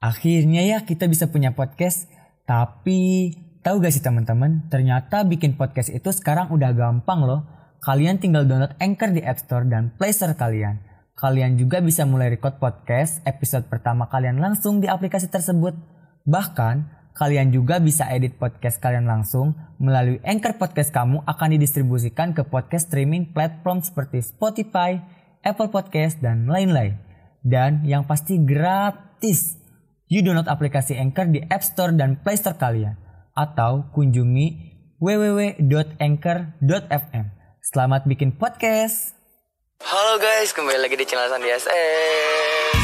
Akhirnya ya kita bisa punya podcast. Tapi tahu gak sih teman-teman, ternyata bikin podcast itu sekarang udah gampang loh. Kalian tinggal download Anchor di App Store dan Play Store kalian. Kalian juga bisa mulai record podcast episode pertama kalian langsung di aplikasi tersebut. Bahkan kalian juga bisa edit podcast kalian langsung melalui Anchor. Podcast kamu akan didistribusikan ke podcast streaming platform seperti Spotify, Apple Podcast, dan lain-lain. Dan yang pasti gratis. You download aplikasi Anchor di App Store dan Play Store kalian. Atau kunjungi www.anchor.fm. Selamat bikin podcast. Halo guys, kembali lagi di channel Sandi SS.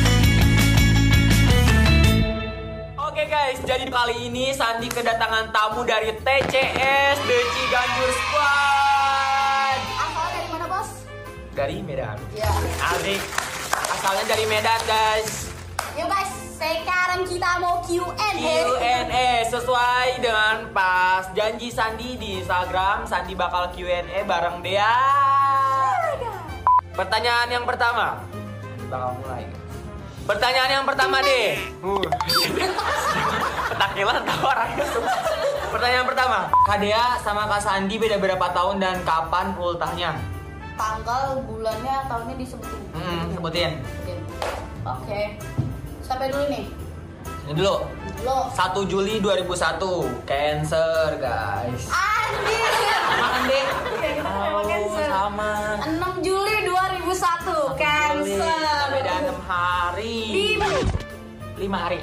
Oke guys, jadi kali ini Sandi kedatangan tamu dari TCS The Ciganjur Squad. Asalnya dari mana, Bos? Dari Medan. Ya. Asik. Asalnya dari Medan guys. Yuk guys, sekarang kita mau Q&A. Sesuai dengan pas janji Sandi di Instagram, Sandi bakal Q&A bareng Dea. Pertanyaan yang pertama, bakal mulai. Pertanyaan yang pertama deh. Petakilan tahu orangnya. Pertanyaan pertama, Kak Dea sama Kak Sandi beda berapa tahun dan kapan ultahnya? Tanggal, bulannya, tahunnya disebutin. Sebutin. Oke. Sampai dulu nih. Ini dulu. Lo. 1 Juli 2001, Cancer guys. Anjir. Sama kan Dek? Emang Cancer. Sama. 6 Juli 2001, Cancer. Kita beda 6 hari. 5 hari.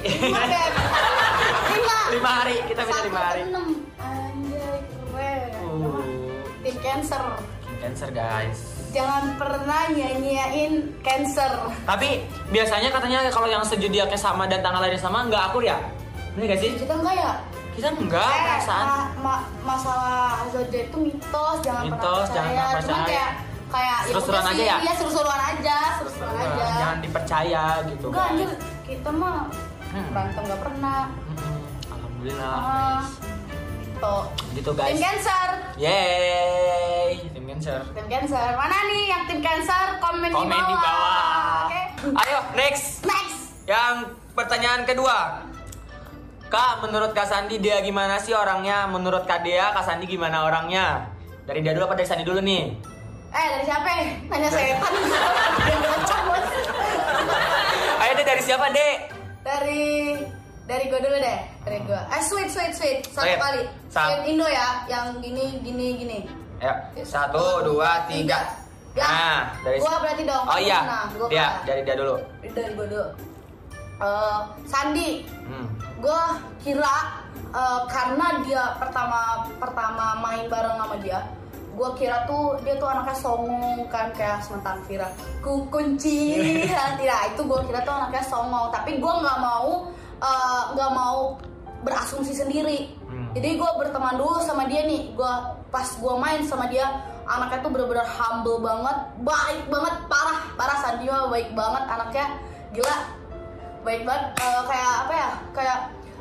5 hari, kita beda 5 hari. 6. Anjir, keren. Tim Cancer. Cancer guys. Jangan pernah nyanyiin Cancer. Tapi biasanya katanya kalau yang zodiaknya sama dan tanggal lahirnya sama nggak akur ya? Bener gak sih? Kita enggak ya? Kita enggak perasaan. Masalah zodiak itu mitos, jangan Mitos, jangan pernah percaya. percaya. Cuman kayak Seru-seruan udah aja sih, ya? Iya, seru-seruan aja. Jangan dipercaya gitu. Enggak guys. anjir, kita mah berantem enggak pernah. Alhamdulillah. Tuh. Gitu guys. Tim Cancer. Yeay, tim Cancer. Tim Cancer. Mana nih yang tim Cancer? Komen di bawah. Oke. Ayo, next. Yang pertanyaan kedua. Kak, menurut Kak Sandi dia gimana sih orangnya? Menurut Kak Dea, Kak Sandi gimana orangnya? Dari Dea dulu apa dari Sandi dulu nih? Dari siapa? Nanya setan. Dia bocah, Bos. Ayo deh, dari siapa, Dek? Dari gue dulu deh, dari gue. Sweet. Satu Sweet. kali. Sweet Indo ya, yang gini. Ayo, 1, 2, 3. Ya, Nah, dari gua berarti dong. Oh iya, Nah, gua Dia, kalah. dari dia dulu. Dari gue dulu. Sandi, gue kira karena dia pertama main bareng sama dia, gue kira tuh dia tuh anaknya songong kan, kayak sementara Vira ku kunci hati. Nah, itu gue kira tuh anaknya songong, tapi gue nggak mau berasumsi sendiri. Jadi gue berteman dulu sama dia nih. Pas gue main sama dia, anaknya tuh bener-bener humble banget, baik banget, parah Sandi mah baik banget anaknya, gila, baik banget. Kayak apa ya? Kayak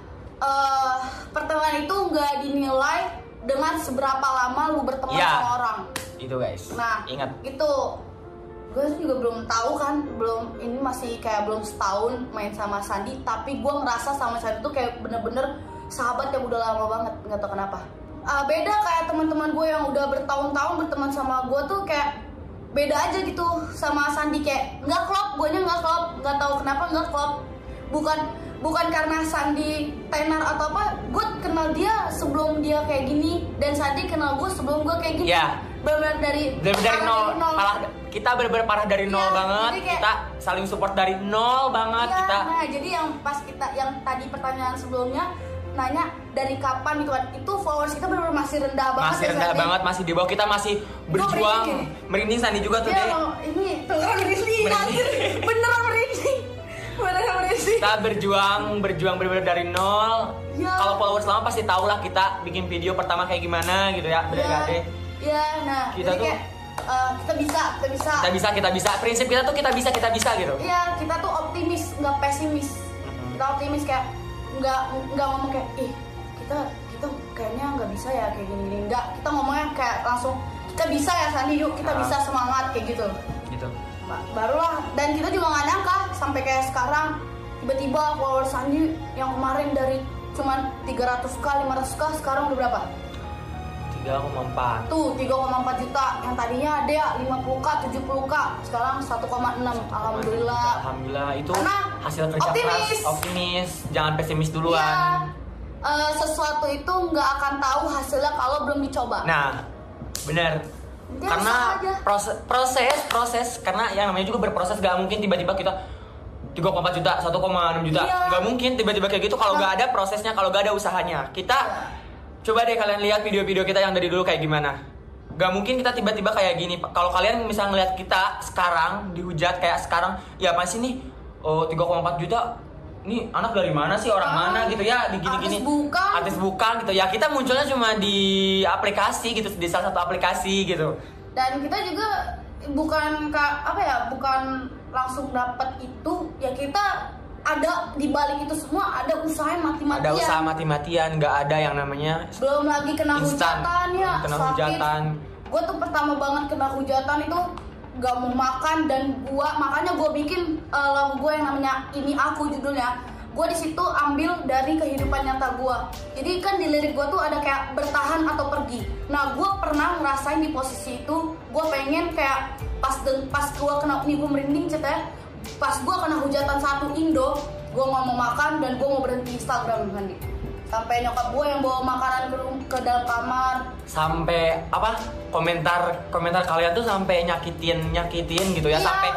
pertemanan itu nggak dinilai dengan seberapa lama lu berteman sama orang. Itu guys. Nah, ingat. Itu gue juga belum tahu kan, ini masih kayak belum setahun main sama Sandi, tapi gue ngerasa sama Sandi tuh kayak bener-bener sahabat yang udah lama banget, nggak tahu kenapa. Beda kayak teman-teman gue yang udah bertahun-tahun berteman sama gue tuh kayak beda aja gitu sama Sandi, kayak nggak klop, guanya nggak klop, nggak tahu kenapa nggak klop. Bukan karena Sandi tenar atau apa, gue kenal dia sebelum dia kayak gini, dan Sandi kenal gue sebelum gue kayak gini. Iya. Benar dari nol. Malah kita benar-benar parah dari nol banget. kayak, kita saling support dari nol banget. Iya, Kita. nah jadi yang tadi pertanyaan sebelumnya nanya dari kapan gitu kan, itu followers kita benar-benar masih rendah banget. Masih rendah banget, masih di bawah, kita masih berjuang. Merinding Sandi juga tuh, Iya, Dek. ini tuh merinding anjir. Beneran merinding. Kita berjuang benar-benar dari nol. Ya. Kalau followers lama pasti tau lah kita bikin video pertama kayak gimana gitu ya. Bener gak deh? Iya, nah Kita jadi tuh kayak kita bisa. Prinsip kita tuh kita bisa gitu. Iya, kita tuh optimis, nggak pesimis. Kita optimis, kayak nggak ngomong kayak kita kayaknya nggak bisa ya kayak gini. Nggak, kita ngomongnya kayak langsung kita bisa ya Sandi, yuk kita bisa, semangat kayak gitu. Gitu. Barulah, dan kita juga nggak nyangka sampai kayak sekarang tiba-tiba followers Sandi yang kemarin dari cuman 300k, 500k sekarang udah berapa? 3,4. Tuh 3,4 juta. Yang tadinya ada ya 50k, 70k, sekarang 1,6. Alhamdulillah. Alhamdulillah itu Karena hasil kerja optimis. keras. Optimis, jangan pesimis duluan. Iya. Sesuatu itu nggak akan tahu hasilnya kalau belum dicoba. Nah, benar. Dia Karena usaha aja. proses karena yang namanya juga berproses, gak mungkin tiba-tiba kita 3,4 juta, 1,6 juta. Iya. Gak mungkin tiba-tiba kayak gitu kalau gak ada prosesnya, kalau gak ada usahanya. Kita coba deh kalian lihat video-video kita yang dari dulu kayak gimana. Gak mungkin kita tiba-tiba kayak gini. Kalau kalian misalnya ngeliat kita sekarang dihujat kayak sekarang, ya apa sih nih? Oh, 3,4 juta. Ini anak dari mana sih, orang mana gitu ya, di gini-gini. Artis bukan gitu. Ya kita munculnya cuma di aplikasi gitu, di salah satu aplikasi gitu. Dan kita juga bukan bukan langsung dapat itu, ya kita ada di balik itu semua ada usahanya mati-matian. Ada usaha mati-matian, nggak ada yang namanya belum lagi kena instan. hujatan ya, Kena sakit. hujatan. Gue tuh pertama banget kena hujatan itu gak mau makan, dan makanya gue bikin lagu gue yang namanya Ini Aku judulnya. Gue di situ ambil dari kehidupan nyata gue. Jadi kan di lirik gue tuh ada kayak bertahan atau pergi. Nah gue pernah ngerasain di posisi itu. Gue pengen kayak pas gue kena, nih gue merinding ceritanya. Pas gue kena hujatan 1 Indo, gue gak mau makan dan gue mau berhenti Instagram Sandi. Sampai nyokap gue yang bawa makanan ke dalam kamar. Sampai apa? Komentar kalian tuh sampai nyakitin gitu ya. Iya,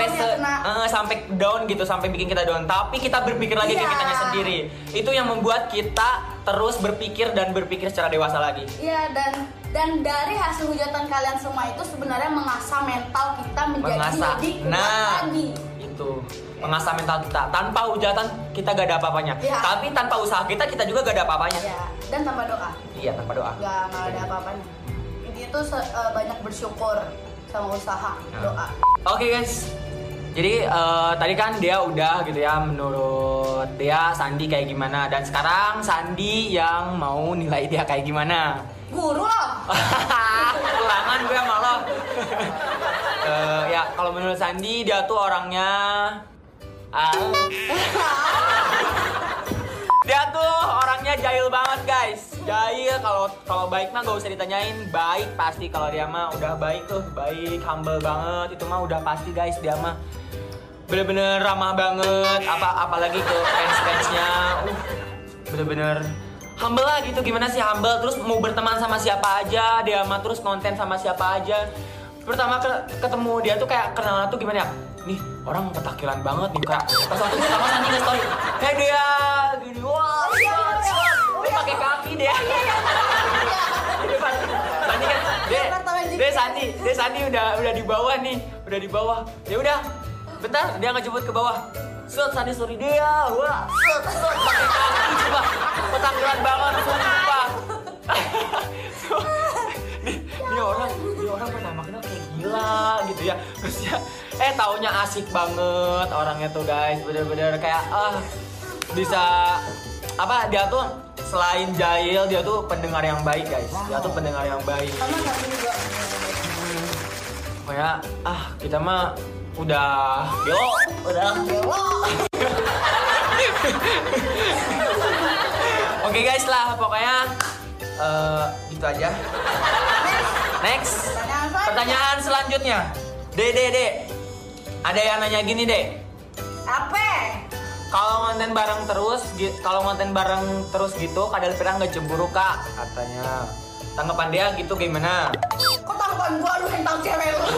sampai down gitu, sampai bikin kita down. Tapi kita berpikir lagi ke kitanya sendiri. Itu yang membuat kita terus berpikir dan berpikir secara dewasa lagi. Iya, dan dari hasil hujatan kalian semua itu sebenarnya mengasah mental kita menjadi lebih kuat lagi. Itu mengasah mental kita. Tanpa hujatan kita gak ada apa-apanya. Ya. Tapi tanpa usaha kita juga gak ada apa-apanya. Ya, dan tanpa doa. Iya, tanpa doa. Gak ada apa-apanya. Intinya tuh banyak bersyukur sama usaha, doa. Oke guys. Jadi tadi kan dia udah gitu ya, menurut dia Sandi kayak gimana, dan sekarang Sandi yang mau nilai dia kayak gimana. Guru loh. Ulangan gue sama lo. Ya kalau menurut Sandi dia tuh orangnya dia tuh orangnya jahil banget guys. Jahil, kalau baik mah gak usah ditanyain, baik pasti. Kalau dia mah udah baik tuh, baik, humble banget, itu mah udah pasti guys. Dia mah bener-bener ramah banget, apalagi ke fans-fansnya. Bener-bener humble lah gitu. Gimana sih humble, terus mau berteman sama siapa aja, dia mah terus konten sama siapa aja. Pertama ketemu dia tuh kayak kenalan tuh gimana ya, nih orang petakilan banget nih, kayak pas waktu pertama Sandi nge-story, hey dia gini, wah dia pakai kaki dia. Sandi kan dia Sandi udah di bawah nih, udah di bawah. Ya udah, bentar dia ngejemput ke bawah. Sandi story dia, wah pakai kaki, coba petakilan banget, sumpah. Ini orang pertama kenal kayak gila gitu ya. Terus ya taunya asik banget orangnya tuh guys. Bener-bener kayak bisa apa, dia tuh selain jahil dia tuh pendengar yang baik guys. Dia tuh pendengar yang baik. Sama Sandi juga. Kayak kita mah udah belok. Oke guys lah, pokoknya gitu aja. Next, pertanyaan selanjutnya. Dek, ada yang nanya gini dek. Apa? Kalau ngonten bareng terus gitu, kadang Elvira nggak cemburu kak, katanya. Tanggapan dia gitu gimana? Kok tanggapan gua, lu yang tahu cewek lu?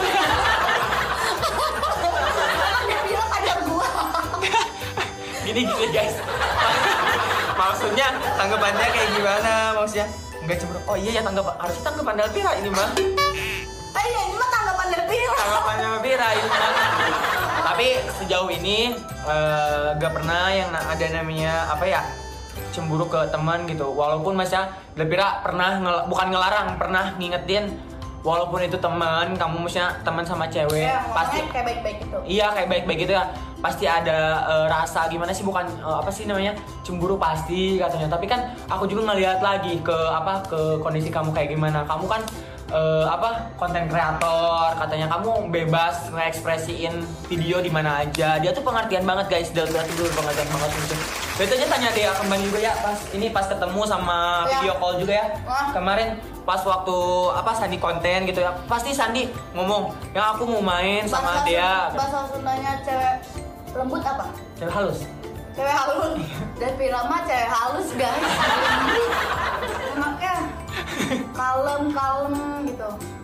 Dia bilang ajar gua. Gini guys. Maksudnya tanggapannya kayak gimana? Maksudnya nggak cemburu. Oh iya ya, harusnya tanggapan Elvira ini mah. Iya, ini mah tanggapan Elvira. Tanggapannya Elvira ini mah. Tapi sejauh ini gak pernah yang ada namanya apa ya, cemburu ke teman gitu. Walaupun masnya Elvira pernah bukan ngelarang, pernah ngingetin. Walaupun itu teman, kamu maksudnya teman sama cewek, ya, pasti kayak baik-baik gitu. Iya, kayak baik-baik gitu ya. Pasti ada rasa gimana sih, bukan apa sih namanya, cemburu pasti katanya. Tapi kan aku juga ngelihat lagi ke kondisi kamu kayak gimana. Kamu kan konten kreator, katanya kamu bebas ngekspresiin video di mana aja. Dia tuh pengertian banget guys, Del Pira tuh pengertian banget gitu. Betulnya tanya dia kembali juga ya pas ketemu sama video call juga ya. Kemarin pas waktu Sandi konten gitu ya, pasti Sandi ngomong yang aku mau main sama dia. Bahasa Sundanya cewek lembut apa? Cewek halus. Cewek halus. Del Pira mah cewek halus guys. Makanya kalem gitu.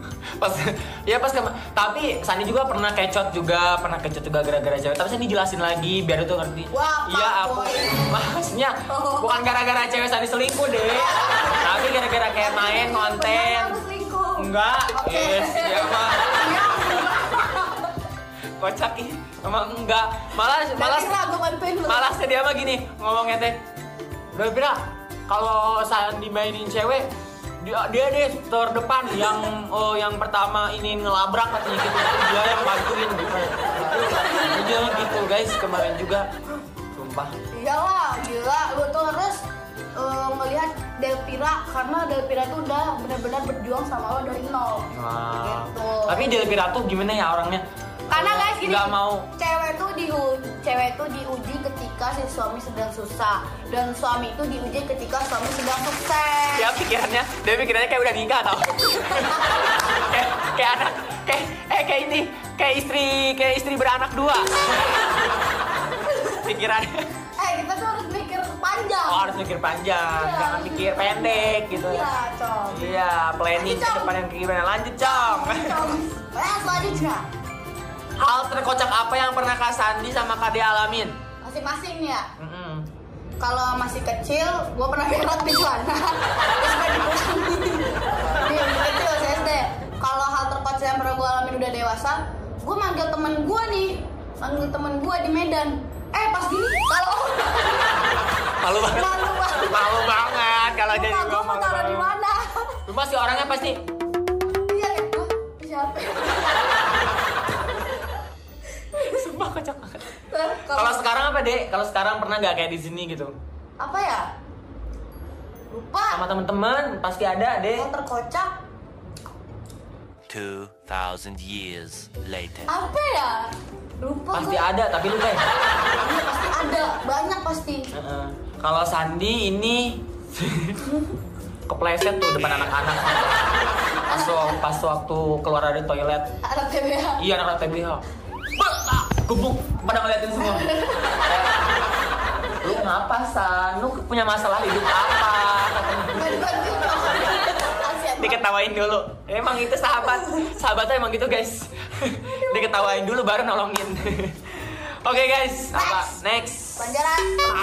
Tapi Sandi juga pernah kecot juga gara-gara cewek. Tapi Sandi jelasin lagi biar itu ngerti. Wah, iya aku maksudnya bukan gara-gara cewek Sandi selingkuh deh. Tapi gara-gara kayak main konten. Enggak, dia mah kocak ih. Emang enggak. Malah dia mah gini ngomongnya teh. Del Pira, kalau Sandi mainin cewek dia deh terdepan yang pertama ini ngelabrak katanya gitu, dia yang bantuin gitu. Dia gitu guys kemarin juga, sumpah. Iyalah, gila, lu tuh harus melihat Del Pira karena Del Pira tuh udah benar-benar berjuang sama lo dari nol. Gitu. Tapi Del Pira tuh gimana ya orangnya? Karena guys gini, nggak mau. Cewek tuh diuji ketika si suami sedang susah dan suami itu diuji ketika suami sedang sukses. Dia pikirannya kayak udah nikah tau. kayak anak kayak istri beranak 2. Pikirannya. Kita tuh harus mikir panjang. Harus mikir panjang, jangan mikir pendek gitu. Iya, Cong. Iya, planning ke depan yang gimana. Lanjut, Cong. Selanjutnya. Hal terkocak apa yang pernah Kak Sandi sama Kak Dea alamin? Masing-masing ya. Kalau masih kecil, gue pernah berak di celana. Terus gue dikurangin. Nih, kecil masih SD. Kalau hal terkocak yang pernah gue alamin udah dewasa, gue manggil temen gue di Medan. Pas gini, kalau malu banget kalau jadi gue mau taruh di mana? Cuma si orangnya pasti iya gitu. Siapa? Sumpah kocak banget. Kalau sekarang apa Dek? Kalau sekarang pernah nggak kayak di sini gitu? Apa ya? Lupa. Sama teman-teman pasti ada Dek. Yang terkocak 2000 years later. apa ya? Lupa. Pasti ada tapi lupa ya. Iya pasti ada, banyak pasti. Kalau Sandi ini kepleset tuh depan anak-anak. Pas waktu keluar dari toilet. Anak TBH. Iya anak TBH. Gebuk pada ngeliatin semua. Lu ngapa San? Lu punya masalah hidup apa? Diketawain dulu. Emang itu sahabatnya emang gitu guys. Diketawain dulu baru nolongin. Oke guys, next. Pelajaran.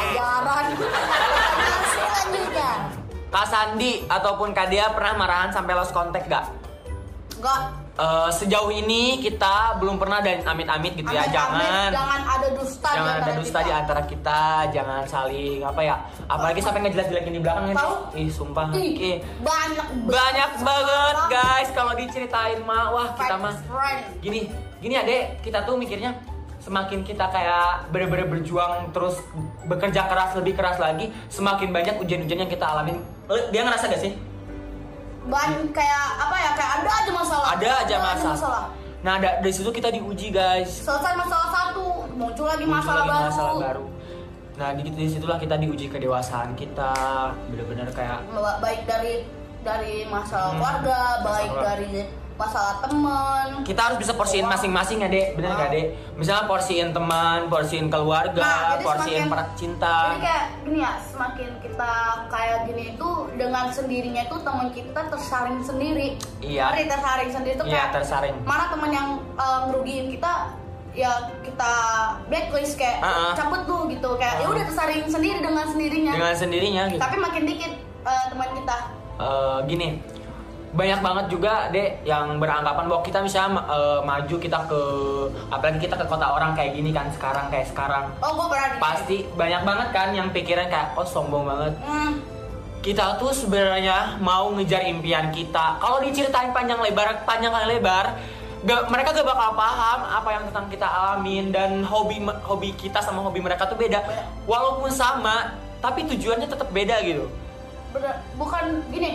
Selanjutnya. Kak Sandi ataupun Kak Dea pernah marahan sampai lost contact gak? Enggak. Sejauh ini kita belum pernah dan amit-amit gitu ya. Jangan ada dusta. Jangan ada dusta di antara kita. Jangan saling apalagi sampai ngejelek-jelekin di belakang ini. Ih sumpah. Banyak banget guys kalau diceritain mah. Wah kita mah gini ya Dek, kita tuh mikirnya semakin kita kayak bener-bener berjuang terus bekerja keras lebih keras lagi, semakin banyak ujian-ujian yang kita alamin. Dia ngerasa gak sih? Kayak ada aja masalah. Ada aja masalah. Nah dari situ kita diuji guys. Selesai masalah satu, muncul lagi masalah baru. Nah di situlah kita diuji kedewasaan kita, bener-bener kayak baik dari masalah keluarga, baik dari masalah teman. Kita harus bisa porsiin masing-masing ya Dek, bener gak Dek? Misalnya porsiin teman, porsiin keluarga, porsiin cinta. Jadi kayak gini ya, semakin kita kayak gini itu dengan sendirinya itu teman kita tersaring sendiri. Iya. Tersaring sendiri itu kayak tersaring. Mana teman yang ngerugiin kita ya kita blacklist kayak cabut tuh gitu kayak ya udah tersaring sendiri dengan sendirinya. Gitu. Tapi makin dikit teman kita. Gini. Banyak banget juga Dek yang beranggapan bahwa kita misalnya maju kita apalagi kita ke kota orang kayak gini kan sekarang. Oh gue berani. Pasti banyak banget kan yang pikiran kayak sombong banget. Kita tuh sebenarnya mau ngejar impian kita. Kalau diceritain panjang lebar, mereka gak bakal paham apa yang tentang kita alamin dan hobi kita sama hobi mereka tuh beda. Walaupun sama, tapi tujuannya tetap beda gitu. Bukan gini.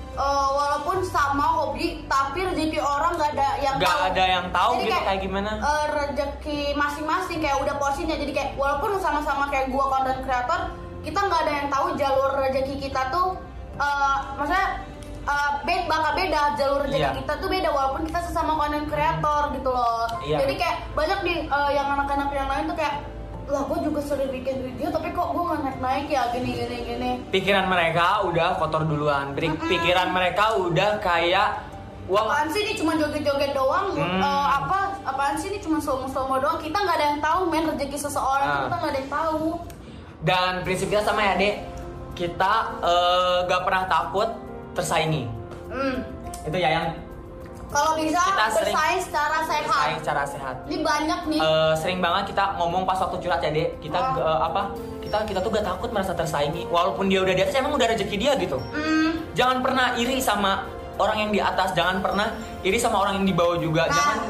walaupun sama hobi tapi rezeki orang nggak ada yang tahu jadi gitu kayak gimana rezeki masing-masing kayak udah porsinya. Jadi kayak walaupun sama-sama kayak gua content creator, kita nggak ada yang tahu jalur rezeki kita tuh maksudnya bakal beda jalur rezeki kita tuh beda walaupun kita sesama content creator gitu loh. Jadi kayak banyak nih yang anak-anak yang lain tuh kayak, lah gue juga sering bikin video tapi kok gue nggak naik ya gini. Pikiran mereka udah kotor duluan. Pikiran mereka udah kayak apaan sih ini cuma joget-joget doang, apaan sih ini cuma slow-mo doang. Kita nggak ada yang tahu men rezeki seseorang, kita nggak ada yang tahu. Dan prinsip kita sama ya dek, kita gak pernah takut tersaingi. Itu ya yang kalau bisa bersaing secara sehat. Ini banyak nih. Sering banget kita ngomong pas waktu curhat ya dek. Kita tuh gak takut merasa tersaingi. Walaupun dia udah di atas, emang udah rezeki dia gitu. Jangan pernah iri sama orang yang di atas. Jangan pernah iri sama orang yang di bawah juga. Jangan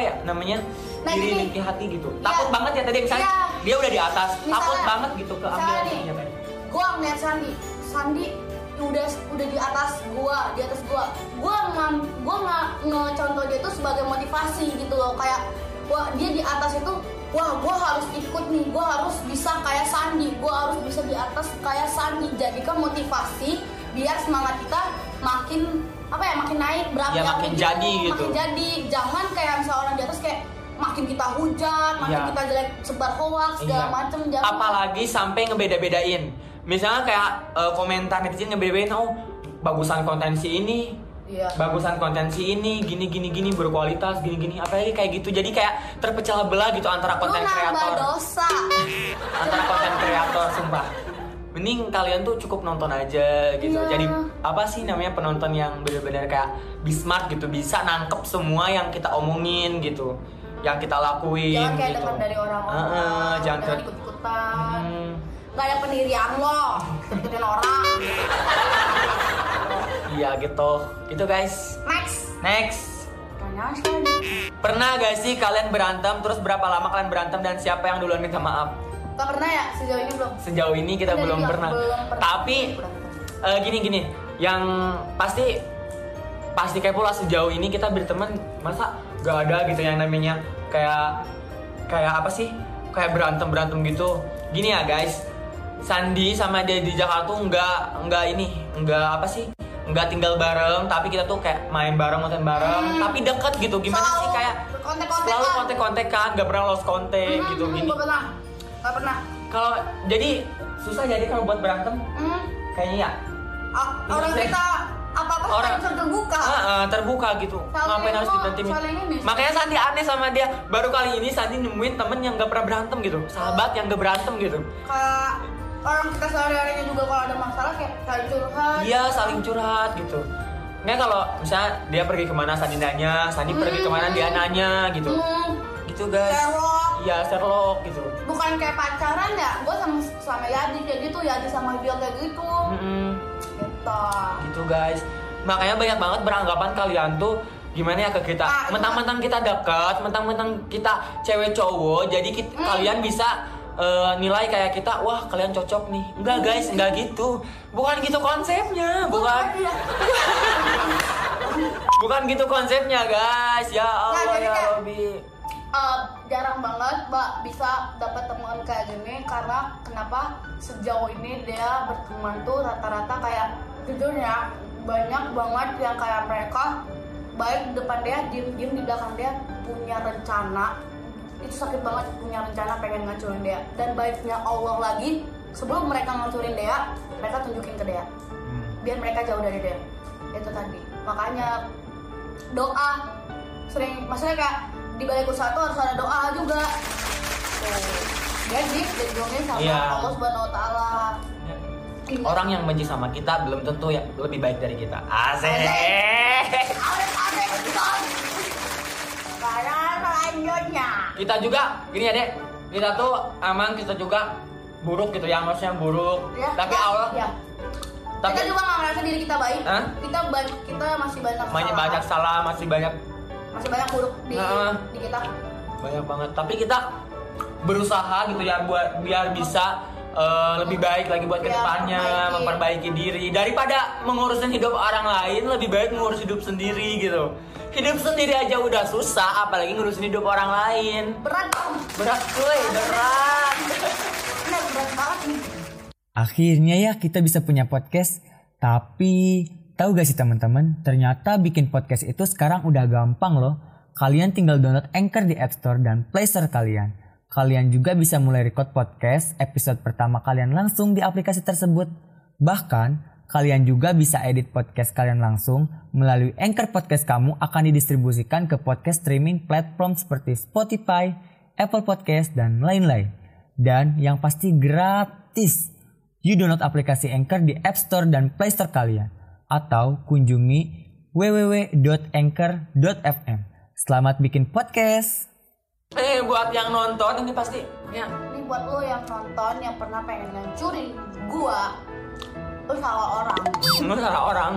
iri di hati gitu. Takut banget ya tadi misalnya dia udah di atas. Takut banget gitu keambil. Gue ngeliat Sandi udah di atas gua. Gua nggak ngecontoh dia tuh sebagai motivasi gitu loh, kayak wah dia di atas itu, wah gua harus ikut nih, gua harus bisa kayak Sandi, gua harus bisa di atas kayak Sandi. Jadikan motivasi biar semangat kita makin naik berapi-api makin jadi gitu. Makin jadi. Jangan kayak misalnya orang di atas kayak makin kita hujat, makin kita jelek, sebar hoax segala macem. Apalagi sampai ngebeda-bedain. Misalnya kayak komentar netizen ngebeda-bedain, bagusan konten si ini, bagusan konten si ini, gini berkualitas, gini apalagi kayak gitu. Jadi kayak terpecah belah gitu antara konten kreator. Antara konten kreator, sumpah. Mending kalian tuh cukup nonton aja gitu. Jadi apa sih namanya penonton yang benar-benar kayak be smart gitu, bisa nangkep semua yang kita omongin gitu, yang kita lakuin. Jangan kayak gitu. dengar dari orang-orang, jangan ikut-ikutan. Gak ada pendirian lo, ikutin orang. Iya gitu guys. Next. Pernah gak sih kalian berantem? Terus berapa lama kalian berantem dan siapa yang duluan minta maaf? Gak pernah ya, sejauh ini belum. Sejauh ini kita belum pernah. Tapi gini, yang pasti kayak pula sejauh ini kita berteman, masa gak ada gitu yang namanya kayak apa sih? Kayak berantem gitu. Gini ya guys, Sandi sama dia di Jakarta tuh nggak tinggal bareng, tapi kita tuh kayak main bareng, nonton bareng, tapi deket gitu. Gimana selalu sih kayak selalu kontek-kontekan, nggak pernah lost kontak gitu gini. Nggak pernah. Kalau jadi susah jadi kalau buat berantem, kayaknya ya. Orang kita apa-apa terbuka. Terbuka gitu. Ngapain harus dibentin? Makanya Sandi aneh sama dia. Baru kali ini Sandi nemuin temen yang nggak pernah berantem gitu, sahabat yang nggak berantem gitu. Kayak orang kita sehari-harinya juga kalau ada masalah kayak saling curhat. Iya, saling curhat gitu. Nggak, kalau misalnya dia pergi kemana Sandi nanya, Sandi pergi kemana dia nanya gitu. Gitu guys. Sherlock gitu. Bukan kayak pacaran ya, gue sama Yadi tuh Yadi sama dia kayak gitu. Gitu guys. Makanya banyak banget beranggapan kalian tuh gimana ya ke kita. Mentang-mentang kita dekat, mentang-mentang kita cewek cowok, jadi kalian bisa nilai kayak kita, wah kalian cocok nih. Enggak guys, enggak gitu. Bukan gitu konsepnya, bukan gitu konsepnya guys. Ya Allah ya Robby. Jarang banget Mbak bisa dapat teman kayak gini, karena kenapa sejauh ini dia berteman tuh rata-rata kayak jujurnya banyak banget yang kayak mereka baik di depan dia, diem di belakang dia punya rencana. Itu sakit banget, punya rencana pengen ngancurin dia. Dan baiknya Allah lagi, sebelum mereka ngancurin dia, mereka tunjukin ke dia biar mereka jauh dari dia. Itu tadi, makanya doa sering, maksudnya kayak di balik usaha tuh harus ada doa juga. Jadi doanya sama Allah Subhanahu Wa Taala. Orang yang benci sama kita belum tentu ya lebih baik dari kita. Asik. Selanjutnya kita juga gini ya dek, kita tuh kita juga buruk gitu ya, maksudnya buruk ya, tapi Allah tapi kita juga nggak merasa diri kita baik. Kita masih banyak salah, masih banyak buruk di kita, banyak banget. Tapi kita berusaha gitu ya biar bisa lebih baik lagi buat kedepannya, memperbaiki diri daripada mengurusin hidup orang lain. Lebih baik ngurus hidup sendiri gitu. Hidup sendiri aja udah susah, apalagi ngurusin hidup orang lain. Berat Kuy, berat. Bener, berat banget nih. Akhirnya ya kita bisa punya podcast. Tapi tahu gak sih teman-teman, ternyata bikin podcast itu sekarang udah gampang loh. Kalian tinggal download Anchor di App Store dan Play Store kalian. Kalian juga bisa mulai record podcast episode pertama kalian langsung di aplikasi tersebut. Bahkan, kalian juga bisa edit podcast kalian langsung melalui Anchor. Podcast kamu akan didistribusikan ke podcast streaming platform seperti Spotify, Apple Podcast, dan lain-lain. Dan yang pasti gratis. You download aplikasi Anchor di App Store dan Play Store kalian. Atau kunjungi www.anchor.fm. Selamat bikin podcast! Buat yang nonton ini pasti ya. Ini buat lo yang nonton yang pernah pengen ngancurin gua, lo salah orang. Lu salah orang.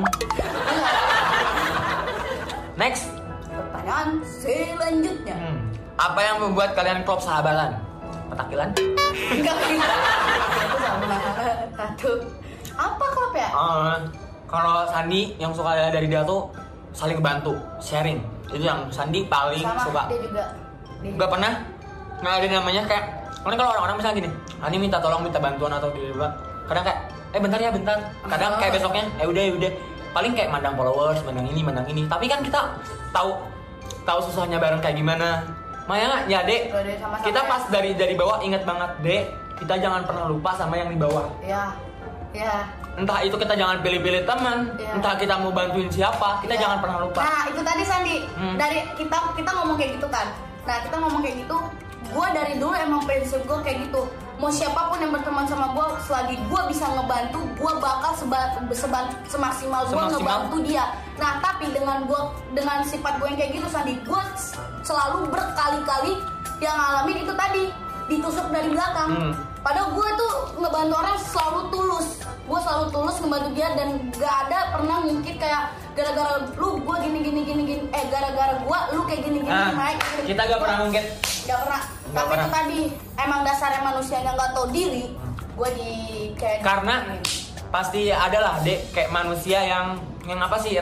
Next. Pertanyaan selanjutnya. Apa yang membuat kalian klop sahabatan? Petakilan? Enggak gitu. Itu sama satu. Apa klub ya? Kalau Sandi yang suka dari dia tuh saling bantu, sharing. Itu yang Sandi paling Sama suka. dia juga. Gak pernah nggak ada namanya kayak kalau orang-orang misalnya gini, Ani minta tolong, minta bantuan atau di luar, kadang kayak bentar ya bentar, kadang kayak besoknya udah paling kayak mandang followers, mandang ini, tapi kan kita tahu susahnya bareng kayak gimana. Makanya ya Dek, Sama-sama kita ya. pas dari bawah inget banget Dek, kita jangan pernah lupa sama yang di bawah. Ya. Entah itu kita jangan pilih-pilih teman, Ya. entah kita mau bantuin siapa, kita Ya. jangan pernah lupa. Nah itu tadi Sandi, dari kita ngomong kayak gitu kan. Nah kita ngomong kayak gitu, gue dari dulu emang prinsip gue kayak gitu. Mau siapapun yang berteman sama gue, selagi gue bisa ngebantu, gue bakal semaksimal gue ngebantu dia. Nah tapi dengan sifat gue yang kayak gitu Sandi, gue selalu berkali-kali yang ngalamin itu tadi, ditusuk dari belakang. Padahal gue tuh ngebantu orang selalu tulus. Gue selalu tulus ngebantu dia dan gak ada pernah ngungkit kayak gara-gara lu gue gini gara-gara gue lu kayak gini naik. Kita gak pernah ngungkit. Gak pernah. Nggak Tapi pernah. itu tadi emang dasarnya manusia yang gak tahu diri. Gue di kayak Karena pasti adalah Dek kayak manusia yang apa sih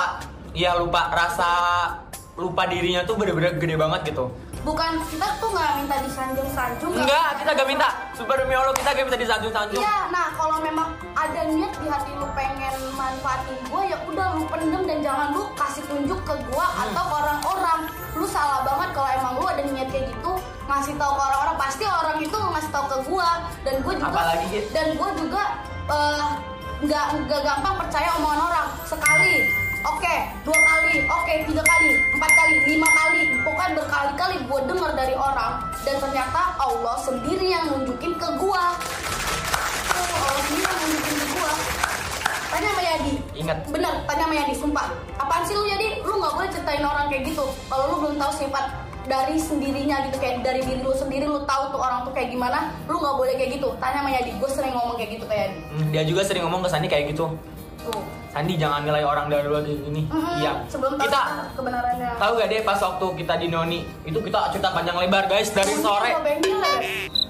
lupa dirinya tuh bener-bener gede banget gitu. bukan kita tuh nggak minta disanjung-sanjung. Enggak, kita gak minta. Super demi Allah kita gak minta disanjung-sanjung. Iya, nah kalau memang ada niat di hati lu pengen manfaatin gue, ya udah lu pendem dan jangan lu kasih tunjuk ke gue atau ke orang-orang. Lu salah banget kalau emang lu ada niat kayak gitu ngasih tahu ke orang-orang. Pasti orang itu ngasih tahu ke gue dan gue juga. Apalagi gitu. Dan gue juga nggak gampang percaya omongan orang. Sekali, oke, 2 kali, oke, 3 kali, 4 kali, 5 kali, pokoknya berkali-kali gue dengar dari orang dan ternyata Allah sendiri yang nunjukin ke gue. Allah sendiri yang nunjukin ke gue. Tanya sama Yadi. Ingat. Bener, tanya sama Yadi, sumpah. Apaan sih lu Yadi? Lu nggak boleh ceritain orang kayak gitu. Kalau lu belum tahu sifat dari sendirinya gitu, kayak dari diri lu sendiri, lu tahu tuh orang tuh kayak gimana, lu nggak boleh kayak gitu. Tanya sama Yadi. Gue sering ngomong kayak gitu ke Yadi. Dia juga sering ngomong ke Sandi kayak gitu. Tuh. Sandi jangan nilai orang dari luar kayak gini. Iya. Sebelum tahu Kita kebenarannya. tahu gak deh pas waktu kita di Noni itu kita cerita panjang lebar guys dari sore. Bengkel ya.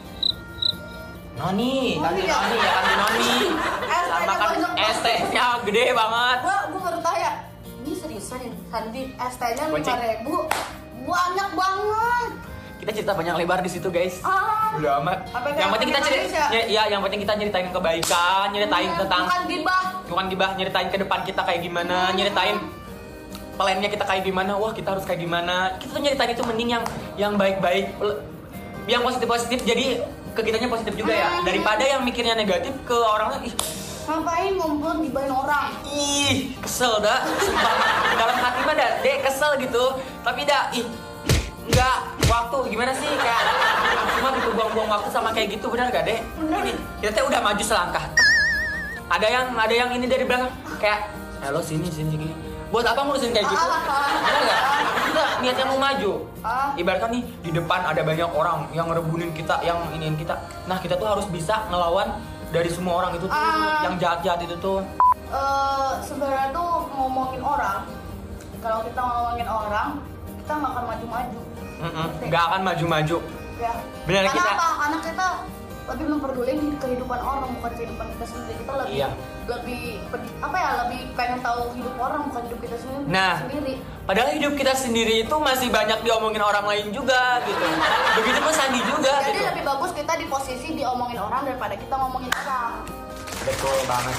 Noni, Noni kantin ya? Noni ya kantin Noni. Sama kan ST-nya gede banget. Gue baru tanya. Ini seriusan ya? Sandi ST-nya Goceng. 5.000. Banyak banget. Kita cerita panjang lebar di situ guys. Apa Udah amat. Yang penting kita Indonesia? yang penting kita nyeritain kebaikan, nyeritain tentang Bukan gibah. bukan gibah, nyeritain ke depan kita kayak gimana, nyeritain plannya kita kayak gimana, wah kita harus kayak gimana. Kita tuh nyeritain itu mending yang baik-baik, yang positif-positif, jadi ke kitanya positif juga ya, daripada yang mikirnya negatif ke orang lain. Ih, Ngapain ngumpul gibahin orang? ih, kesel dah, sumpah. Dalam hati mah dah, deh kesel gitu, tapi dah, enggak, waktu gimana sih kayak cuma gitu buang-buang waktu sama kayak gitu, benar gak deh? Ini kita tuh udah maju selangkah. Ada yang ini dari belakang kayak halo sini gini. Buat apa ngurusin kayak gitu? Benar gak? Kita niatnya mau maju. Ibaratkan nih di depan ada banyak orang yang ngerebunin kita, yang iniin kita. Nah kita tuh harus bisa ngelawan dari semua orang itu tuh, yang jahat-jahat itu tuh. Sebenarnya tuh ngomongin orang, kalau kita ngomongin orang, kita nggak akan maju-maju. Nggak akan maju-maju. Ya. Benar Karena kita. apa? Karena kita lebih memperduliin kehidupan orang bukan kehidupan kita sendiri. Kita lebih lebih pengen tahu hidup orang bukan hidup kita sendiri. Padahal hidup kita sendiri itu masih banyak diomongin orang lain juga gitu. Begitupun Sandi juga. Jadi gitu. lebih bagus kita di posisi diomongin orang daripada kita ngomongin orang. Betul banget.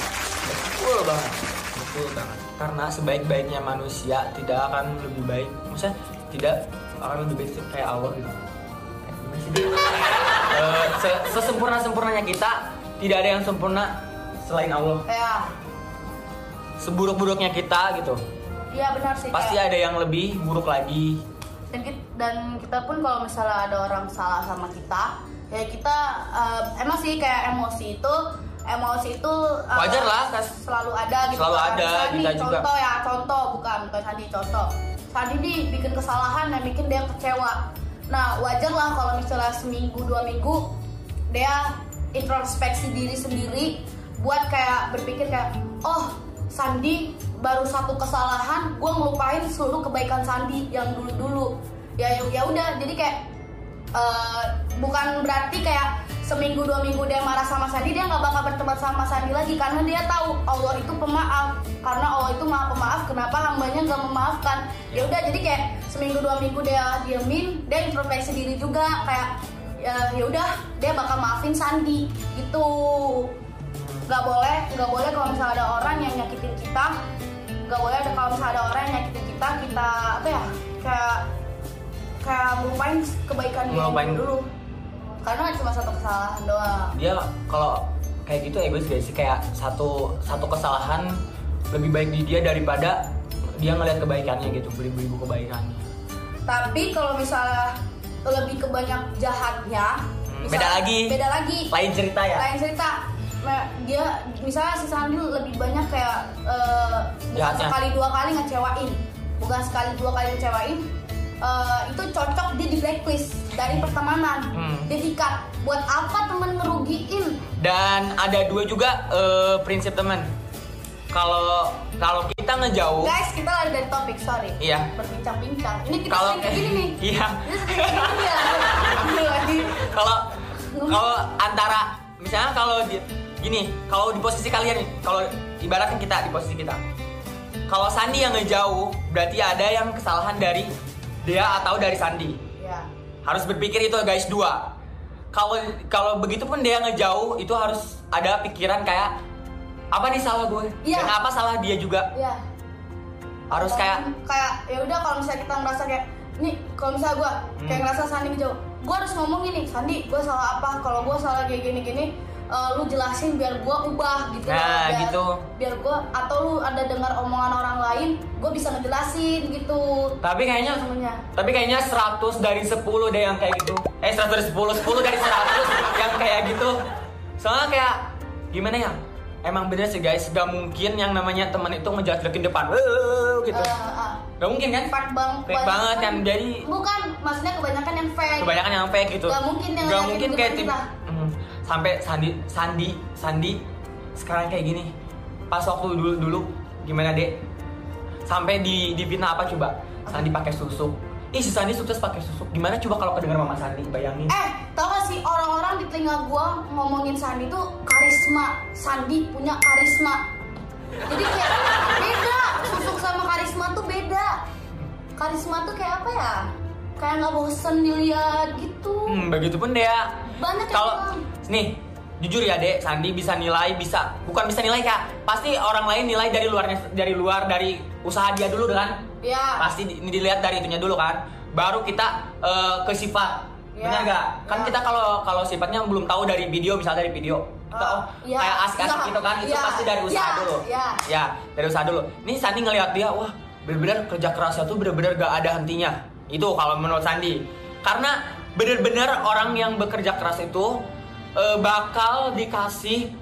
Karena sebaik-baiknya manusia tidak akan lebih baik. Maksudnya tidak akan lebih baik kayak Allah gitu. Sesempurna-sempurnanya kita tidak ada yang sempurna selain Allah. Ya. Seburuk-buruknya kita gitu. Iya benar sih. Pasti ada yang lebih buruk lagi. Dan kita pun kalau misalnya ada orang salah sama kita, ya kita emang sih kayak emosi itu wajar lah, selalu ada gitu. Selalu kan. ada. Sandi, Kita juga. contoh bukan Sandi contoh. Sandi nih bikin kesalahan yang bikin dia kecewa. Nah wajar lah kalau misalnya seminggu 2 minggu dia introspeksi diri sendiri buat kayak berpikir kayak, oh Sandi baru satu kesalahan, gue ngelupain seluruh kebaikan Sandi yang dulu. Ya udah, jadi kayak bukan berarti kayak seminggu 2 minggu dia marah sama Sandi, dia nggak bakal berteman sama Sandi lagi karena dia tahu Allah itu pemaaf. Karena Allah itu maha pemaaf, kenapa hambanya nggak memaafkan? Ya udah, jadi kayak seminggu 2 minggu dia diemin, dia introspeksi diri juga kayak ya udah dia bakal maafin Sandi gitu. Nggak boleh kalau misalnya ada orang yang nyakitin kita, nggak boleh kalau misalnya ada orang yang nyakitin kita apa ya, kayak melupain kebaikan dia dulu karena cuma satu kesalahan doang. Dia kalau kayak gitu egois guys sih, kayak satu kesalahan lebih baik di dia daripada dia ngeliat kebaikannya gitu, beribu-ribu kebaikannya. Tapi kalau misalnya lebih ke banyak jahatnya, beda lagi. Lain cerita ya. Dia misalnya si Sandi lebih banyak kayak bukan sekali 2 kali ngecewain, itu cocok dia di blacklist dari pertemanan, dia di-cut. Buat apa teman ngerugiin? Dan ada 2 juga prinsip teman. Kalau kita ngejauh, guys, kita lari dari topik, sorry. Iya. Berbincang-bincang. Ini kita sering kayak gini nih. Iya. Ini sering kayak gini ya. Kalau antara misalnya kalau di posisi kalian nih, kalau ibaratnya kita di posisi kita. Kalau Sandi yang ngejauh, berarti ada yang kesalahan dari dia atau dari Sandi. Iya. Harus berpikir itu guys, 2. Kalau begitu pun dia ngejauh, itu harus ada pikiran kayak apa nih salah gue? Iya. Kenapa salah dia juga? Iya. Harus kayak ya udah, kalau misalnya kita ngerasa kayak nih, kalau misalnya gue kayak ngerasa Sandi ngejauh, gue harus ngomong gini, Sandi, gue salah apa? Kalau gue salah kayak gini, lu jelasin biar gue ubah gitu. Nah, biar gue, atau lu ada dengar omongan orang lain, gue bisa ngejelasin gitu. Tapi kayaknya 100 dari 10 deh yang kayak gitu. 100 dari 10 dari 100 yang kayak gitu. Soalnya kayak gimana ya? Emang bener sih guys, gak mungkin yang namanya teman itu ngejelekin depan gitu. Gak mungkin kan? Fake banget kan, jadi bukan, maksudnya kebanyakan yang fake gitu. Gak mungkin kayak tim sampai Sandi sekarang kayak gini. Pas waktu dulu gimana dek? Sampai difitnah apa coba? Sandi pakai susuk. Si Sandi sukses pakai susuk. Gimana coba kalau kedengar mama Sandi? Bayangin. Tau gak sih, orang-orang di telinga gua ngomongin Sandi tuh karisma. Sandi punya karisma. Jadi kayak beda, susuk sama karisma tuh beda. Karisma tuh kayak apa ya? Kayak nggak bosen dilihat gitu. Begitupun dia. Banyak kalau nih jujur ya dek, Sandi bukan bisa nilai kak. Pasti orang lain nilai dari luar dari usaha dia dulu kan. Iya. Pasti dilihat dari itunya dulu kan. Baru kita ke sifat. Ya. Benar gak? Kan kita kalau sifatnya belum tahu dari video, misalnya dari video. Kita kayak asik-asik gitu kan. Itu pasti dari usaha dulu. Ya, dari usaha dulu. Nih Sandi ngelihat dia, wah bener-bener kerja kerasnya tuh bener-bener gak ada hentinya. Itu kalau menurut Sandi. Karena bener-bener orang yang bekerja keras itu bakal dikasih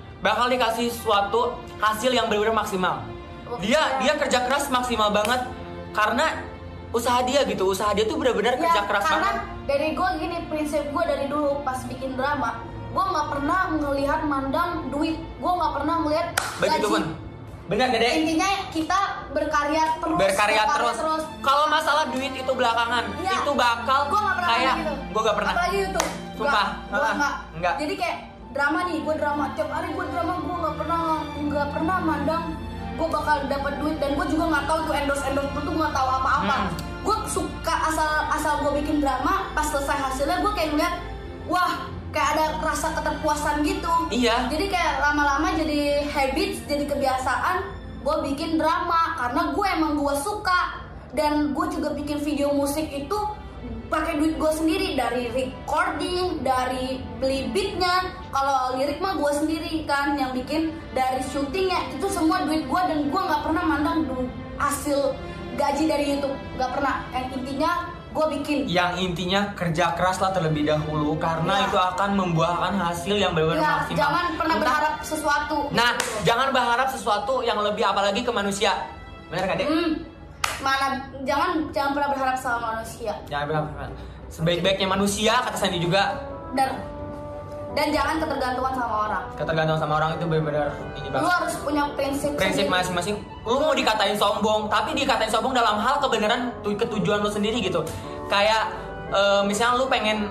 suatu hasil yang benar-benar maksimal. Dia kerja keras maksimal banget karena usaha dia tuh benar-benar kerja keras karena banget. Dari gue gini, prinsip gue dari dulu pas bikin drama, gue nggak pernah ngelihat mandang duit, gue nggak pernah ngelihat begitupun. Benar gak deh? Intinya kita berkarya terus. Kalau masalah duit itu belakangan, itu bakal gue nggak pernah kayak gitu. Gue gak pernah. Apalagi YouTube. Sumpah. Gue nggak. Jadi kayak drama nih, gue drama tiap hari gue drama, gue nggak pernah mandang gue bakal dapat duit, dan gue juga nggak tahu tuh endorse itu tuh nggak tahu apa-apa. Gue suka asal gue bikin drama, pas selesai hasilnya gue kayak ngeliat, wah kayak ada rasa keterpuasan gitu. Iya. Jadi kayak lama-lama jadi habits, jadi kebiasaan gue bikin drama karena gue suka. Dan gue juga bikin video musik itu pakai duit gue sendiri, dari recording, dari beli beatnya. Kalau lirik mah gue sendiri kan yang bikin, dari syutingnya itu semua duit gue, dan gue nggak pernah mandang hasil gaji dari YouTube, nggak pernah. Yang intinya gue bikin. Yang intinya kerja keras lah terlebih dahulu, karena itu akan membuahkan hasil yang benar-benar maksimal. Jangan pernah berharap sesuatu. Nah, jangan berharap sesuatu yang lebih, apalagi ke manusia. Benar kan, Dek? Jangan pernah berharap sama manusia. Jangan berharap. Sebaik-baiknya manusia, kata Sandi juga. Dan jangan ketergantungan sama orang. Ketergantungan sama orang itu benar-benar ini banget. Lu harus punya prinsip masing-masing. Lu mau dikatain sombong, tapi dikatain sombong dalam hal kebenaran ketujuan lu sendiri gitu. Kayak misalnya lu pengen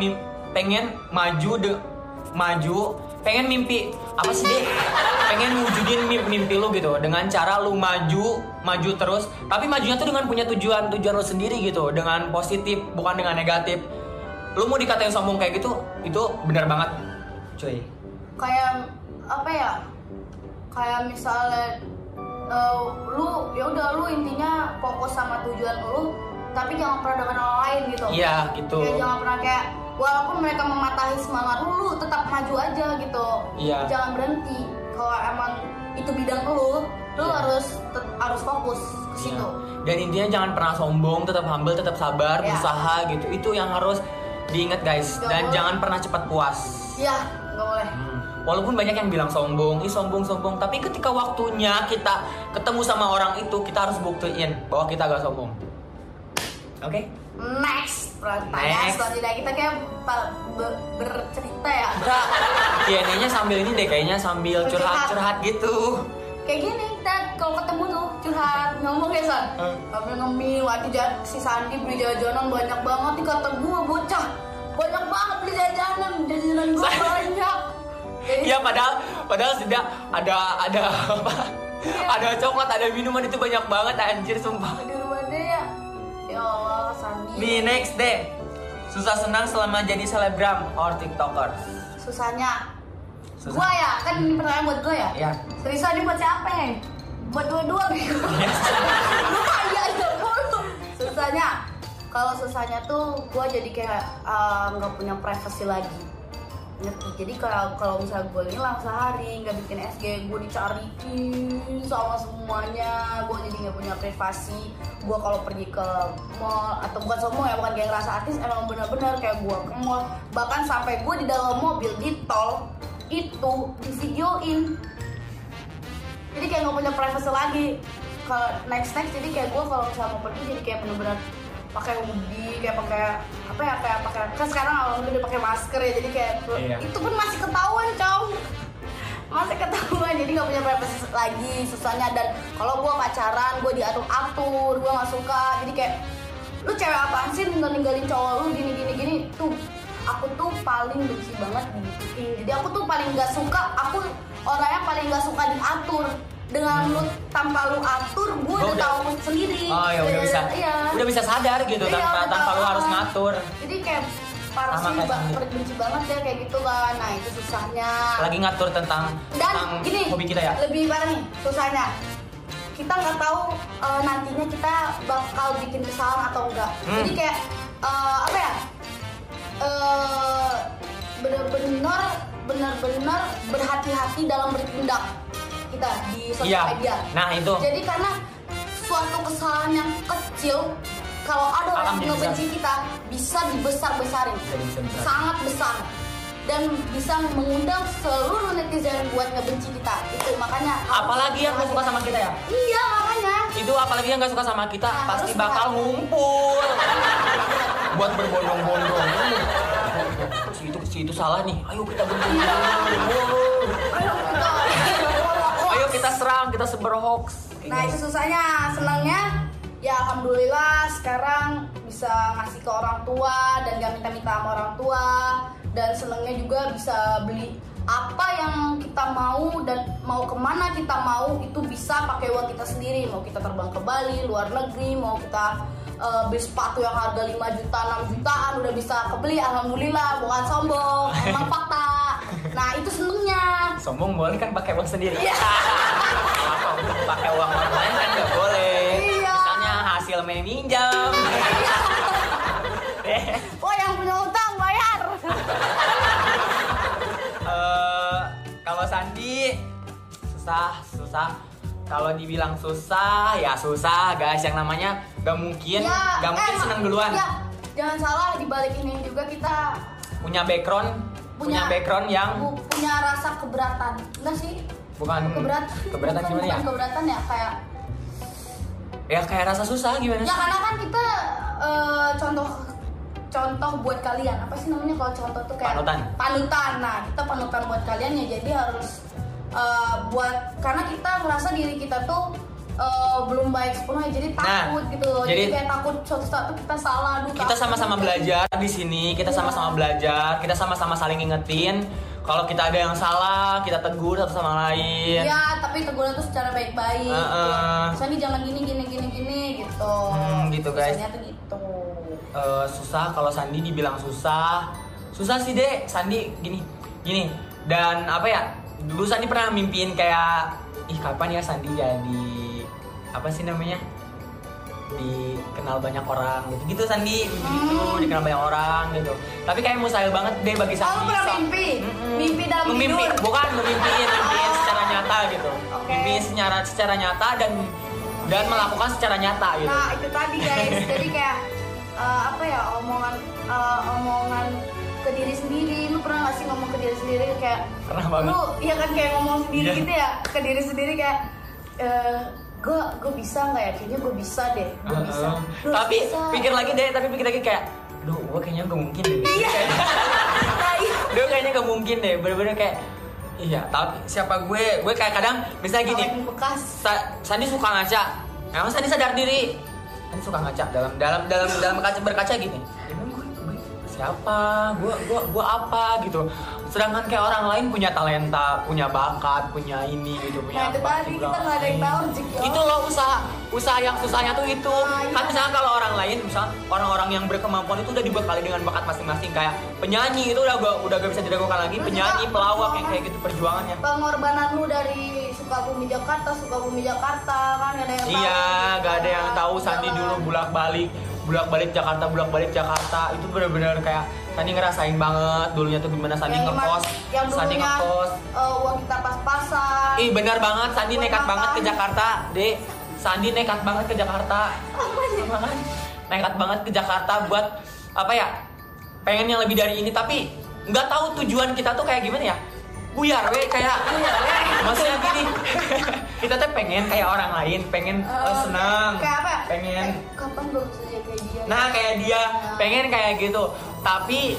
maju, pengen mimpi apa sih deh? Pengen wujudin mimpi lu gitu dengan cara lu maju terus, tapi majunya tuh dengan punya tujuan lu sendiri gitu, dengan positif bukan dengan negatif. Lu mau dikatain sombong kayak gitu, itu benar banget, cuy. Kayak apa ya? Kayak misalnya lu intinya fokus sama tujuan lu, tapi jangan pernah dengan orang lain gitu. Iya gitu. Kayak jangan pernah kayak walaupun mereka mematahi semangat lu tetap maju aja gitu. Iya. Jangan berhenti. Kalau emang itu bidang lu harus fokus ke situ. Dan intinya jangan pernah sombong, tetap humble, tetap sabar, berusaha gitu. Itu yang harus diingat guys. Dan jangan pernah cepat puas. Iya, nggak boleh. Walaupun banyak yang bilang sombong, sombong, tapi ketika waktunya kita ketemu sama orang itu, kita harus buktiin bahwa kita gak sombong. Oke? Next, pertanyaan selanjutnya kita kayak bercerita ya. Kita Q&A-nya sambil ini deh, kayaknya sambil curhat gitu. Kayak gini, kita kalau ketemu tuh curhat, ngomong ya San. Sambil ngemil, si Sandi beli jajanan banyak banget nih, kata gue bocah. Banyak banget beli jajanan gue banyak. Iya padahal sudah ada apa? Ada coklat, ada minuman, itu banyak banget anjir sumpah. Di rumah deh ya. Ya Allah, Sandi. Nih next deh. Susah senang selama jadi selebgram or tiktokers. Susahnya. Gua ya, kan ini pertanyaan buat gua ya. Iya. Seriusan ini buat siapa ya? Buat dua-dua gitu. Lupa ya itu. Susahnya. Kalau susahnya tuh gua jadi kayak nggak punya privasi lagi. Ngerti? Jadi kalau misalnya gue ngilang sehari nggak bikin SG, gue dicariin sama semuanya, gue jadi nggak punya privasi. Gue kalau pergi ke mall, atau bukan semua ya, bukan kayak ngerasa artis, emang benar-benar kayak gue ke mall, bahkan sampai gue di dalam mobil di tol itu di videoin. Jadi kayak nggak punya privasi lagi. Kalau next jadi kayak gue kalau misalnya mau pergi jadi kayak benar-benar pakai hoodie, kayak pakai apa ya, kayak pakai, kan sekarang alhamdulillah udah pakai masker ya, jadi kayak itu pun masih ketahuan masih ketahuan, jadi nggak punya privacy lagi. Susahnya. Dan kalau gue pacaran gue diatur, gue nggak suka. Jadi kayak lu cewek apaan sih ninggalin cowok lu gini tuh. Aku tuh paling benci banget digituin. Jadi aku tuh paling nggak suka, aku orangnya paling nggak suka diatur. Dengan lu tanpa lu atur, gue udah tahu sendiri. Oh ya udah bisa sadar gitu, tanpa lu harus ngatur. Jadi kayak parah sih, benci banget ya kayak gitu kan. Nah itu susahnya. Lagi ngatur tentang gini, hobi kita ya. Lebih parah nih susahnya. Kita nggak tahu nantinya kita bakal bikin kesalahan atau enggak. Jadi kayak apa ya? Benar-benar berhati-hati dalam bertindak kita di sosial media. Nah itu. Jadi karena suatu kesalahan yang kecil, kalau ada orang yang ngebenci kita, bisa dibesar-besarin, sangat besar, dan bisa mengundang seluruh netizen buat ngebenci kita. Itu makanya. Apalagi yang gak suka sama kita ya? Iya makanya. Itu apalagi yang gak suka sama kita, pasti bakal ngumpul buat berbondong-bondong. Si itu salah nih. Ayo kita berbondong-bondong. Ayo kita serang, kita sebar hoax. Nah itu susahnya. Senangnya ya alhamdulillah sekarang bisa ngasih ke orang tua dan gak minta-minta sama orang tua. Dan senangnya juga bisa beli apa yang kita mau dan mau kemana kita mau itu bisa pakai uang kita sendiri. Mau kita terbang ke Bali, luar negeri, mau kita beli sepatu yang harga 5 juta, 6 jutaan udah bisa kebeli, alhamdulillah, bukan sombong, emang fakta. Nah itu senengnya. Sombong boleh kan pakai uang sendiri. Iya. Apa pakai uang orang lain kan nggak boleh. Iya. Misalnya hasil meminjam. Oh yang punya utang bayar. Kalau Sandi susah. Kalau dibilang susah ya susah guys, yang namanya gak mungkin senang duluan. Ya, jangan salah, di balik ini juga kita punya background yang punya rasa keberatan. Enggak sih? Bukan keberatan gimana ya? Bukan keberatan ya, kayak rasa susah gimana ya sih? karena kan kita contoh buat kalian, apa sih namanya kalau contoh tuh kayak panutan. Nah kita panutan buat kalian ya, jadi harus karena kita merasa diri kita tuh belum baik sepenuhnya, jadi takut gitu. Jadi kayak takut suatu saat tuh kita salah. Kita sama-sama belajar di sini, kita sama-sama belajar, kita sama-sama saling ngingetin. Kalau kita ada yang salah, kita tegur satu sama lain. Iya, tapi tegurnya tuh secara baik-baik. Misalnya jangan gini gitu. Gitu guys. Misalnya tuh gitu. Susah, kalau Sandi dibilang susah sih deh. Sandi gini. Dan apa ya? Dulu Sandi pernah mimpiin kayak kapan ya Sandi jadi apa sih namanya, dikenal banyak orang gitu Sandi gitu, dikenal banyak orang gitu. Tapi kayak mustahil banget deh bagi Sandi. Pernah mimpi dalam tidur? Bukan mimpiin secara nyata gitu. Mimpiin secara nyata dan melakukan secara nyata gitu. Nah itu tadi guys, jadi kayak omongan ke diri sendiri. Lu pernah gak sih ngomong ke diri sendiri kayak pernah banget. Lu ya kan kayak ngomong sendiri gitu ya ke diri sendiri kayak gue bisa nggak ya, kayaknya gue bisa deh, gue bisa. Tapi pikir lagi kayak gue kayaknya gak mungkin deh. Iya. Duh kayaknya gak mungkin deh, bener-bener kayak iya. Tapi siapa gue kayak kadang misalnya gini, Sandi suka ngaca. Emang Sandi sadar diri Sandi suka ngaca dalam berkaca gini. Emang gue siapa? Gue apa gitu. Sedangkan kayak orang lain punya talenta, punya bakat, punya ini gitu, punya itu tadi kita nggak ada yang tahu rezeki. Itu loh usaha yang susahnya tuh itu. Kan misalnya kalau orang lain, misalnya orang-orang yang berkemampuan itu udah dibekali dengan bakat masing-masing. Kayak penyanyi itu udah gak bisa diragukan lagi. Penyanyi, pelawak yang kayak gitu perjuangannya. Pengorbanan lu dari Sukabumi Jakarta kan gak ada yang tahu. Iya, gak ada yang tahu. Sandi dulu bolak-balik Jakarta itu benar-benar kayak Sandi ngerasain banget dulunya tuh gimana Sandi ngekos. Uang kita pas-pasan. Benar banget, Sandi nekat banget ke Jakarta, Dek. Sandi nekat banget ke Jakarta. Nekat banget ke Jakarta buat apa ya? Pengen yang lebih dari ini, tapi nggak tahu tujuan kita tuh kayak gimana ya? Buyar kayak maksudnya gini. Kita tuh pengen kayak orang lain, pengen senang. Kayak apa? Pengen kapan gue bisa jadi kayak dia? Nah, kayak dia, pengen kayak gitu. Tapi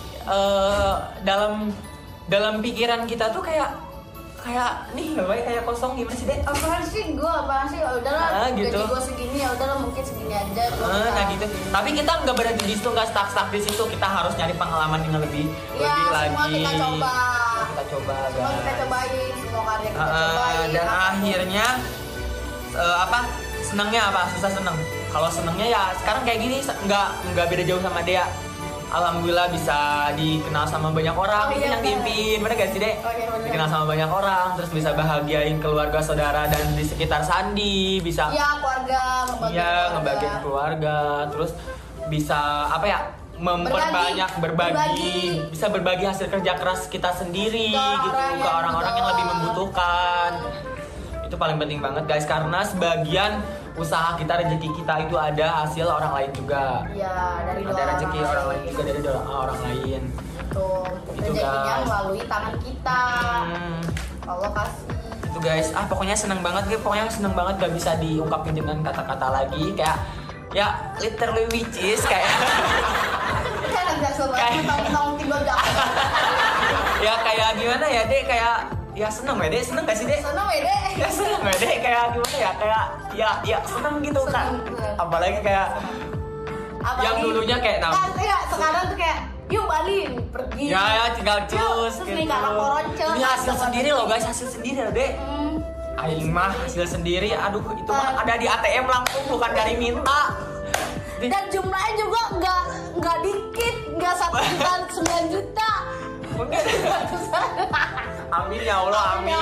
dalam pikiran kita tuh kayak nih kayak kosong gimana sih, Dek? Apaan sih? Udahlah, gitu. gaji gue segini, ya udahlah mungkin segini aja. Nah gitu. Tapi kita nggak berhenti di situ, nggak stuck di situ. Kita harus nyari pengalaman yang lebih lagi. Semua kita coba. Semua kita cobain, semua karya kita cobain. Dan akhirnya senangnya apa? Susah seneng. Kalau senengnya ya sekarang kayak gini, nggak beda jauh sama dia. Alhamdulillah bisa dikenal sama banyak orang, itu yang diimpin, bener gak sih, Dek? Dikenal sama banyak orang, terus bisa bahagiain keluarga, saudara, dan di sekitar Sandi bisa. Iya, keluarga, ngebagiin keluarga, terus bisa memperbanyak berbagi, bisa berbagi hasil kerja keras kita sendiri gitu ke orang-orang yang lebih membutuhkan. Itu paling penting banget guys, karena sebagian usaha kita, rezeki kita itu ada hasil orang lain juga. Iya, dari ada rezeki orang lain juga, dari orang lain. Tuh, rezekinya melalui tangan kita. Allah kasih. Itu guys, pokoknya seneng banget gak bisa diungkapin dengan kata-kata lagi, kayak ya literally which is kayak ya kayak gimana ya, Dek, kayak ya seneng ya, Dek, seneng gak sih, Dek? Seneng ya, Dek. Ya seneng ya, Dek, kayak gimana ya, kayak ya seneng gitu kan. Apalagi kayak yang dulunya kayak sekarang tuh kayak yuk Bali pergi. Ya tinggal cus Terus gitu. nih kakak koronce. Ini hasil sendiri loh guys, hasil sendiri loh dek. Aing mah hasil sendiri, aduh itu mah ada di ATM langsung, bukan dari minta. Dan jumlahnya juga nggak dikit, nggak 1,9 juta. Mungkin. Amin ya Allah, amin.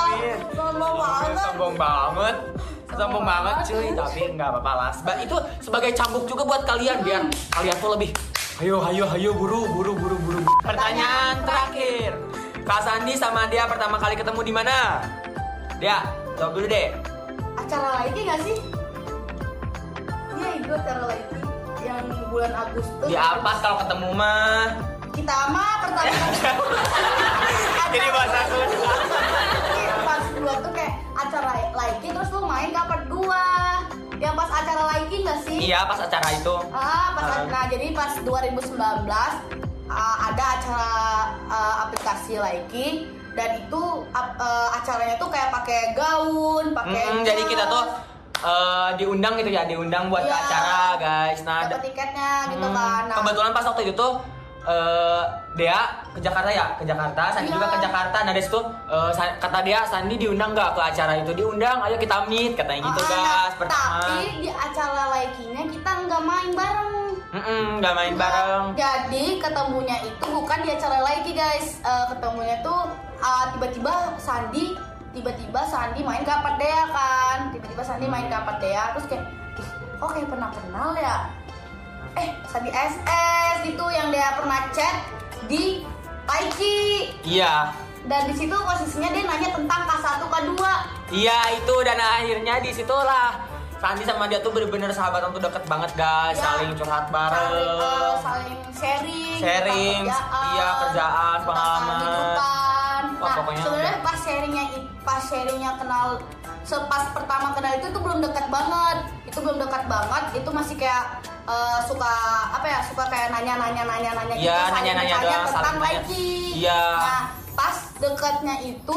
Sombong banget. Sombong banget cuy, tapi nggak apa-apa lah. Itu sebagai cambuk juga buat kalian biar kalian tuh lebih Hayo buru. Pertanyaan terakhir. Kak Sandi sama dia pertama kali ketemu di mana? Dia, jawab dulu deh. Acara lagi nggak sih? Iya, itu acara lagi yang bulan Agustus. Di Alpas kalau ketemu mah. Kita mah pertama kali. Jadi bahasa Sunda. Pas dua tuh kayak acara lagi terus lu main kapan dua? Yang pas acara lagi nggak sih? Iya, pas acara itu. Nah jadi pas 2019 ada acara aplikasi lagi dan itu acaranya tuh kayak pakai gaun, pakai jadi kita tuh diundang gitu ya, diundang buat ke Iya. acara guys. Nah, dapat tiketnya gitu kan. Nah, kebetulan pas waktu itu tuh Dea ke Jakarta ya, ke Jakarta, Sandi Iya. juga ke Jakarta. Nah dari situ kata dia, Sandi diundang nggak ke acara itu? Diundang, ayo kita meet katanya gitu guys. Pertama. Tapi di acara lagi-nya kita nggak main bareng. Nggak main bareng. Jadi ketemunya itu bukan di acara lagi guys. Ketemunya tuh tiba-tiba Sandi main ke Apardea kan. Tiba-tiba Sandi main ke Apardea terus kayak, kok kayak pernah kenal ya? Sandi SS itu yang dia pernah chat di Taiki. Iya. Dan di situ posisinya dia nanya tentang K1 K2. Iya itu, dan akhirnya di situlah Sandi sama dia tuh bener-bener sahabatan tuh deket banget guys, Ya, saling curhat bareng, saling sharing, sharing, iya kerjaan, tentang pengalaman. kehidupan. Wah, Nah, pokoknya sebenarnya pas sharingnya kenal, pas pertama kenal itu belum dekat banget, itu masih kayak suka kayak nanya gitu, Iya, saling nanya-nanya bertanya doang, tentang saling nanya. Nike. Iya. Nah, pas dekatnya itu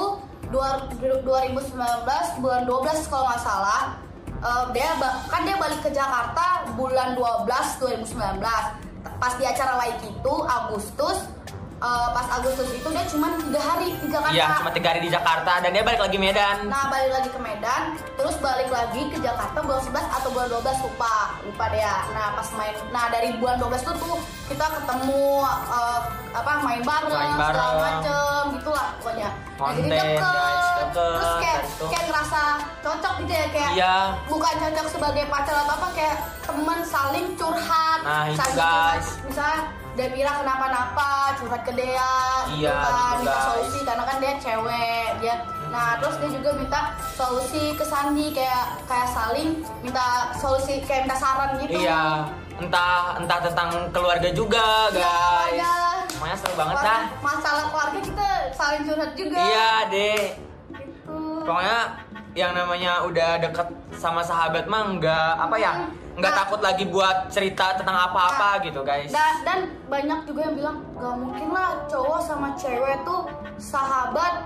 2019 bulan 12 kalau nggak salah, dia balik ke Jakarta bulan 12 2019. Pas di acara Waiki itu Agustus, pas Agustus itu dia cuma 3 hari di Jakarta. Iya, cuma 3 hari di Jakarta dan dia balik lagi Medan. Nah, balik lagi ke Medan, terus balik lagi ke Jakarta bulan 11 atau bulan 12 lupa dia. Nah, pas main, dari bulan 12 tuh kita ketemu main bareng segala macem gitulah pokoknya. Nah, jadi Konten, deket. guys, deket. Terus kayak Dari situ. ngerasa cocok gitu ya, kayak Iya. bukan cocok sebagai pacar atau apa, kayak teman saling curhat. Nah, itu, saling guys. curhat. Misalnya Demira kenapa-napa, curhat ke Dea, Iya, gitu, minta guys. solusi karena kan dia cewek dia. Nah, terus dia juga minta solusi ke Sandi, kayak saling minta solusi, kayak minta saran gitu. Iya, entah tentang keluarga juga guys. Iya. Pokoknya seru banget dah. Masalah keluarga kita saling curhat juga. Iya deh. Gitu. Pokoknya yang namanya udah deket sama sahabat mah nggak takut lagi buat cerita tentang apa-apa gitu guys. Dan banyak juga yang bilang gak mungkin lah cowok sama cewek tuh sahabat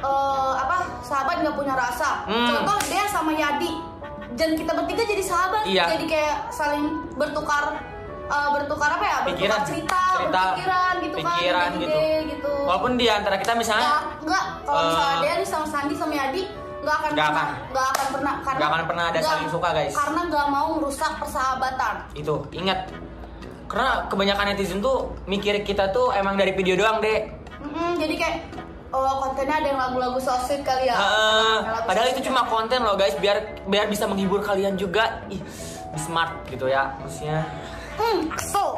nggak punya rasa. Contoh dia sama Yadi, dan kita bertiga jadi sahabat. Iya. Jadi kayak saling bertukar Pikiran, cerita, cerita, berpikiran gitu pikiran kan, gitu. gitu. Walaupun di antara kita misalnya Enggak, kalau misalnya dia nih sama Sandi sama Yadi nggak akan Nggak pernah ada saling suka, guys. Karena nggak mau merusak persahabatan. itu ingat, karena kebanyakan netizen tuh mikir kita tuh emang dari video doang deh. Jadi kayak kontennya ada yang lagu-lagu so sweet kali ya. Lagu Padahal so itu sweet. cuma konten loh guys, biar bisa menghibur kalian juga. Smart gitu ya maksudnya. Kesel.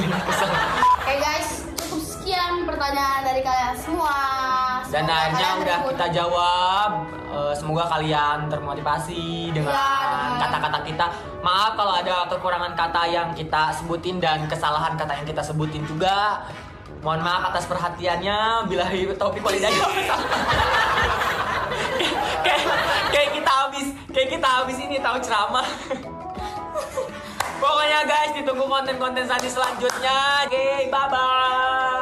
Oke guys, cukup sekian pertanyaan dari kalian semua. Dan Semoga akhirnya kalian udah terhibur. kita jawab. Semoga kalian termotivasi dengan Iya, kata-kata kita. Maaf kalau ada kekurangan kata yang kita sebutin dan kesalahan kata yang kita sebutin juga. Mohon maaf atas perhatiannya. Bila taufiq walhidayah. kayak kita habis ini tahu ceramah. Pokoknya guys, ditunggu konten-konten Sandi selanjutnya. Oke, bye-bye.